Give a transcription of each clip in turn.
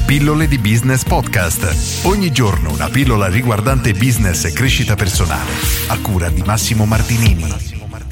Pillole di Business Podcast. Ogni giorno una pillola riguardante business e crescita personale. A cura di Massimo Martinini.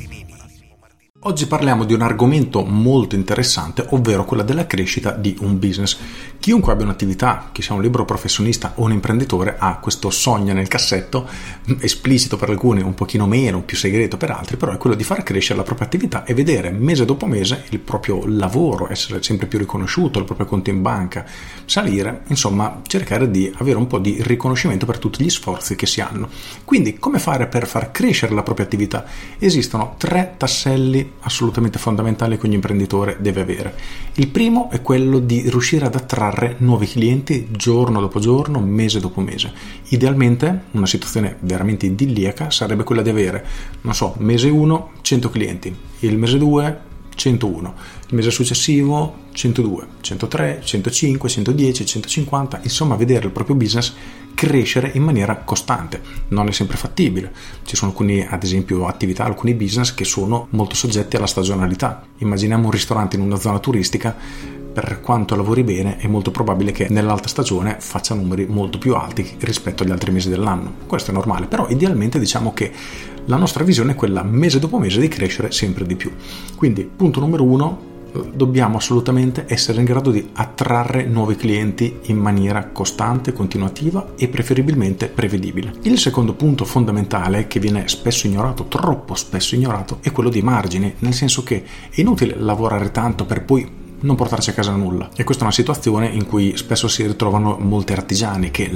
Oggi parliamo di un argomento molto interessante, ovvero quella della crescita di un business. Chiunque abbia un'attività, che sia un libero professionista o un imprenditore, ha questo sogno nel cassetto, esplicito per alcuni, un pochino meno, più segreto per altri, però è quello di far crescere la propria attività e vedere mese dopo mese il proprio lavoro essere sempre più riconosciuto, il proprio conto in banca salire, insomma cercare di avere un po' di riconoscimento per tutti gli sforzi che si hanno. Quindi come fare per far crescere la propria attività? Esistono 3 tasselli assolutamente fondamentale che ogni imprenditore deve avere. Il primo è quello di riuscire ad attrarre nuovi clienti giorno dopo giorno, mese dopo mese. Idealmente una situazione veramente idilliaca sarebbe quella di avere, mese 1 100 clienti, il mese 2 101, il mese successivo 102, 103, 105, 110, 150, insomma vedere il proprio business crescere in maniera costante. Non è sempre fattibile, ci sono alcuni, ad esempio, attività, alcuni business che sono molto soggetti alla stagionalità. Immaginiamo un ristorante in una zona turistica, per quanto lavori bene è molto probabile che nell'alta stagione faccia numeri molto più alti rispetto agli altri mesi dell'anno. Questo è normale, però idealmente diciamo che la nostra visione è quella mese dopo mese di crescere sempre di più. Quindi punto numero 1, dobbiamo assolutamente essere in grado di attrarre nuovi clienti in maniera costante, continuativa e preferibilmente prevedibile. Il secondo punto fondamentale, che viene spesso ignorato, troppo spesso ignorato, è quello dei margini, nel senso che è inutile lavorare tanto per poi non portarci a casa nulla, e questa è una situazione in cui spesso si ritrovano molti artigiani che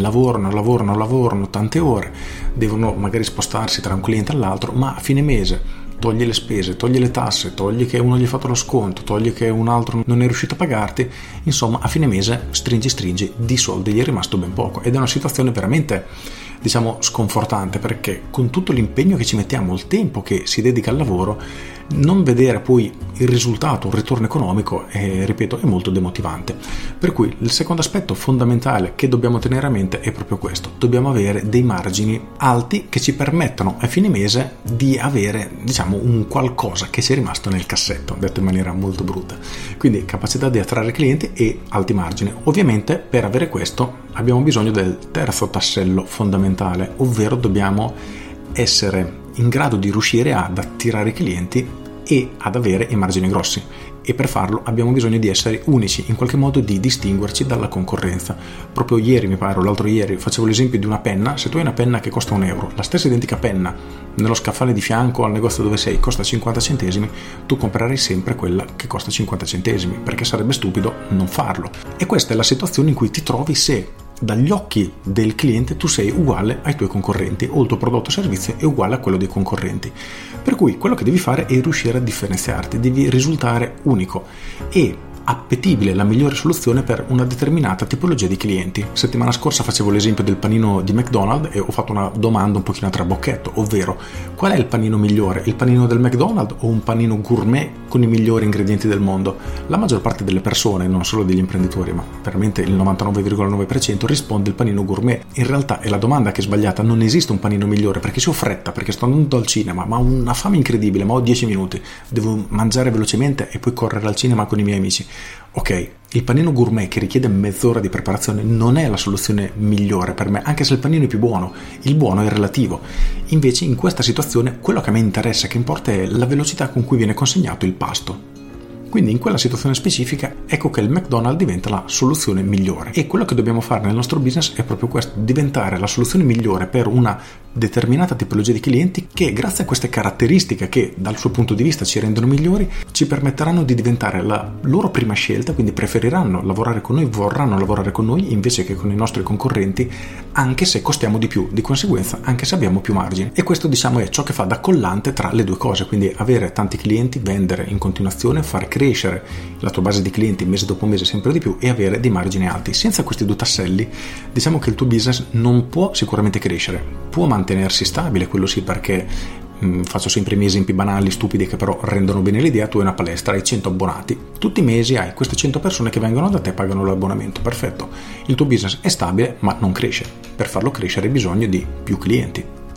lavorano tante ore, devono magari spostarsi tra un cliente all'altro, ma a fine mese togli le spese, togli le tasse, togli che uno gli ha fatto lo sconto, togli che un altro non è riuscito a pagarti, insomma a fine mese stringi, di soldi gli è rimasto ben poco, ed è una situazione veramente sconfortante, perché con tutto l'impegno che ci mettiamo, il tempo che si dedica al lavoro, non vedere poi il risultato, un ritorno economico, ripeto, è molto demotivante. Per cui il secondo aspetto fondamentale che dobbiamo tenere a mente è proprio questo: dobbiamo avere dei margini alti che ci permettano a fine mese di avere un qualcosa che ci è rimasto nel cassetto, detto in maniera molto brutta. Quindi capacità di attrarre clienti e alti margini. Ovviamente per avere questo abbiamo bisogno del terzo tassello fondamentale, ovvero dobbiamo essere in grado di riuscire ad attirare clienti e ad avere i margini grossi, e per farlo abbiamo bisogno di essere unici, in qualche modo di distinguerci dalla concorrenza. Proprio ieri, mi pare, o l'altro ieri, facevo l'esempio di una penna. Se tu hai una penna che costa €1, la stessa identica penna nello scaffale di fianco al negozio dove sei costa 50 centesimi, tu comprerai sempre quella che costa 50 centesimi, perché sarebbe stupido non farlo. E questa è la situazione in cui ti trovi se dagli occhi del cliente tu sei uguale ai tuoi concorrenti, o il tuo prodotto o servizio è uguale a quello dei concorrenti. Per cui quello che devi fare è riuscire a differenziarti, devi risultare unico e appetibile, la migliore soluzione per una determinata tipologia di clienti. Settimana scorsa facevo l'esempio del panino di McDonald's e ho fatto una domanda un pochino a trabocchetto, ovvero: qual è il panino migliore? Il panino del McDonald's o un panino gourmet con i migliori ingredienti del mondo? La maggior parte delle persone, non solo degli imprenditori, ma veramente il 99,9% risponde il panino gourmet. In realtà è la domanda che è sbagliata, non esiste un panino migliore, perché se ho fretta, perché sto andando al cinema, ma ho una fame incredibile, ma ho 10 minuti, devo mangiare velocemente e poi correre al cinema con i miei amici. Ok, il panino gourmet che richiede mezz'ora di preparazione non è la soluzione migliore per me, anche se il panino è più buono, il buono è relativo. Invece in questa situazione quello che a me interessa, che importa, è la velocità con cui viene consegnato il pasto. Quindi in quella situazione specifica ecco che il McDonald's diventa la soluzione migliore, e quello che dobbiamo fare nel nostro business è proprio questo: diventare la soluzione migliore per una determinata tipologia di clienti che, grazie a queste caratteristiche che dal suo punto di vista ci rendono migliori, ci permetteranno di diventare la loro prima scelta, quindi preferiranno lavorare con noi, vorranno lavorare con noi invece che con i nostri concorrenti, anche se costiamo di più, di conseguenza anche se abbiamo più margini. E questo è ciò che fa da collante tra le due cose, quindi avere tanti clienti, vendere in continuazione, far crescere la tua base di clienti mese dopo mese sempre di più e avere dei margini alti. Senza questi due tasselli che il tuo business non può sicuramente crescere, può mantenersi stabile, quello sì, perché faccio sempre i miei esempi banali, stupidi, che però rendono bene l'idea. Tu hai una palestra, hai 100 abbonati, tutti i mesi hai queste 100 persone che vengono da te e pagano l'abbonamento, perfetto, il tuo business è stabile ma non cresce. Per farlo crescere hai bisogno di più clienti.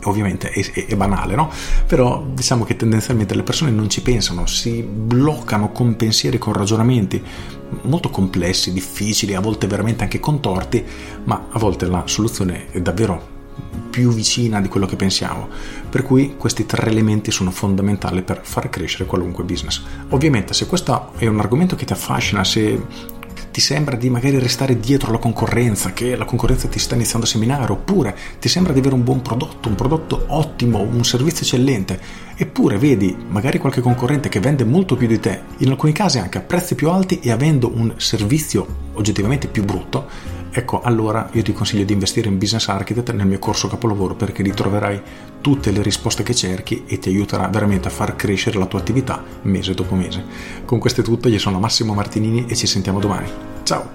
ovviamente è banale, no? Però diciamo che tendenzialmente le persone non ci pensano, si bloccano con pensieri, con ragionamenti molto complessi, difficili, a volte veramente anche contorti, ma a volte la soluzione è davvero più vicina di quello che pensiamo, per cui questi 3 elementi sono fondamentali per far crescere qualunque business. Ovviamente se questo è un argomento che ti affascina, se ti sembra di magari restare dietro la concorrenza, che la concorrenza ti sta iniziando a seminare, oppure ti sembra di avere un buon prodotto, un prodotto ottimo, un servizio eccellente, eppure vedi magari qualche concorrente che vende molto più di te, in alcuni casi anche a prezzi più alti e avendo un servizio oggettivamente più brutto, ecco, allora io ti consiglio di investire in Business Architect nel mio corso capolavoro, perché ritroverai tutte le risposte che cerchi e ti aiuterà veramente a far crescere la tua attività mese dopo mese. Con questo è tutto, io sono Massimo Martinini e ci sentiamo domani. Ciao!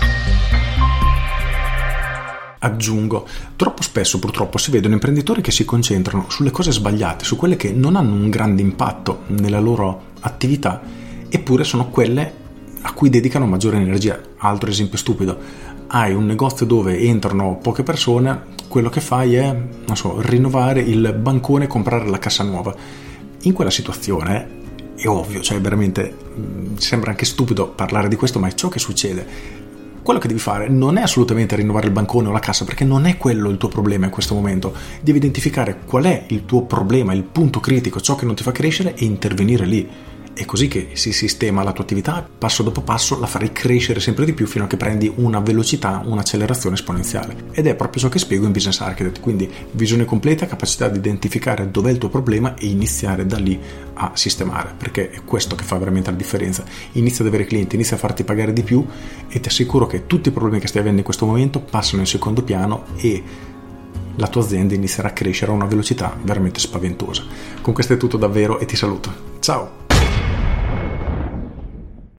Aggiungo, troppo spesso purtroppo si vedono imprenditori che si concentrano sulle cose sbagliate, su quelle che non hanno un grande impatto nella loro attività, eppure sono quelle a cui dedicano maggiore energia. Altro esempio stupido: hai un negozio dove entrano poche persone, quello che fai è, rinnovare il bancone e comprare la cassa nuova. In quella situazione è ovvio, cioè veramente sembra anche stupido parlare di questo, ma è ciò che succede. Quello che devi fare non è assolutamente rinnovare il bancone o la cassa, perché non è quello il tuo problema in questo momento. Devi identificare qual è il tuo problema, il punto critico, ciò che non ti fa crescere, e intervenire lì. È così che si sistema la tua attività, passo dopo passo la farai crescere sempre di più fino a che prendi una velocità, un'accelerazione esponenziale. Ed è proprio ciò che spiego in Business Architect, quindi visione completa, capacità di identificare dov'è il tuo problema e iniziare da lì a sistemare, perché è questo che fa veramente la differenza. Inizia ad avere clienti, inizia a farti pagare di più e ti assicuro che tutti i problemi che stai avendo in questo momento passano in secondo piano e la tua azienda inizierà a crescere a una velocità veramente spaventosa. Con questo è tutto davvero e ti saluto. Ciao!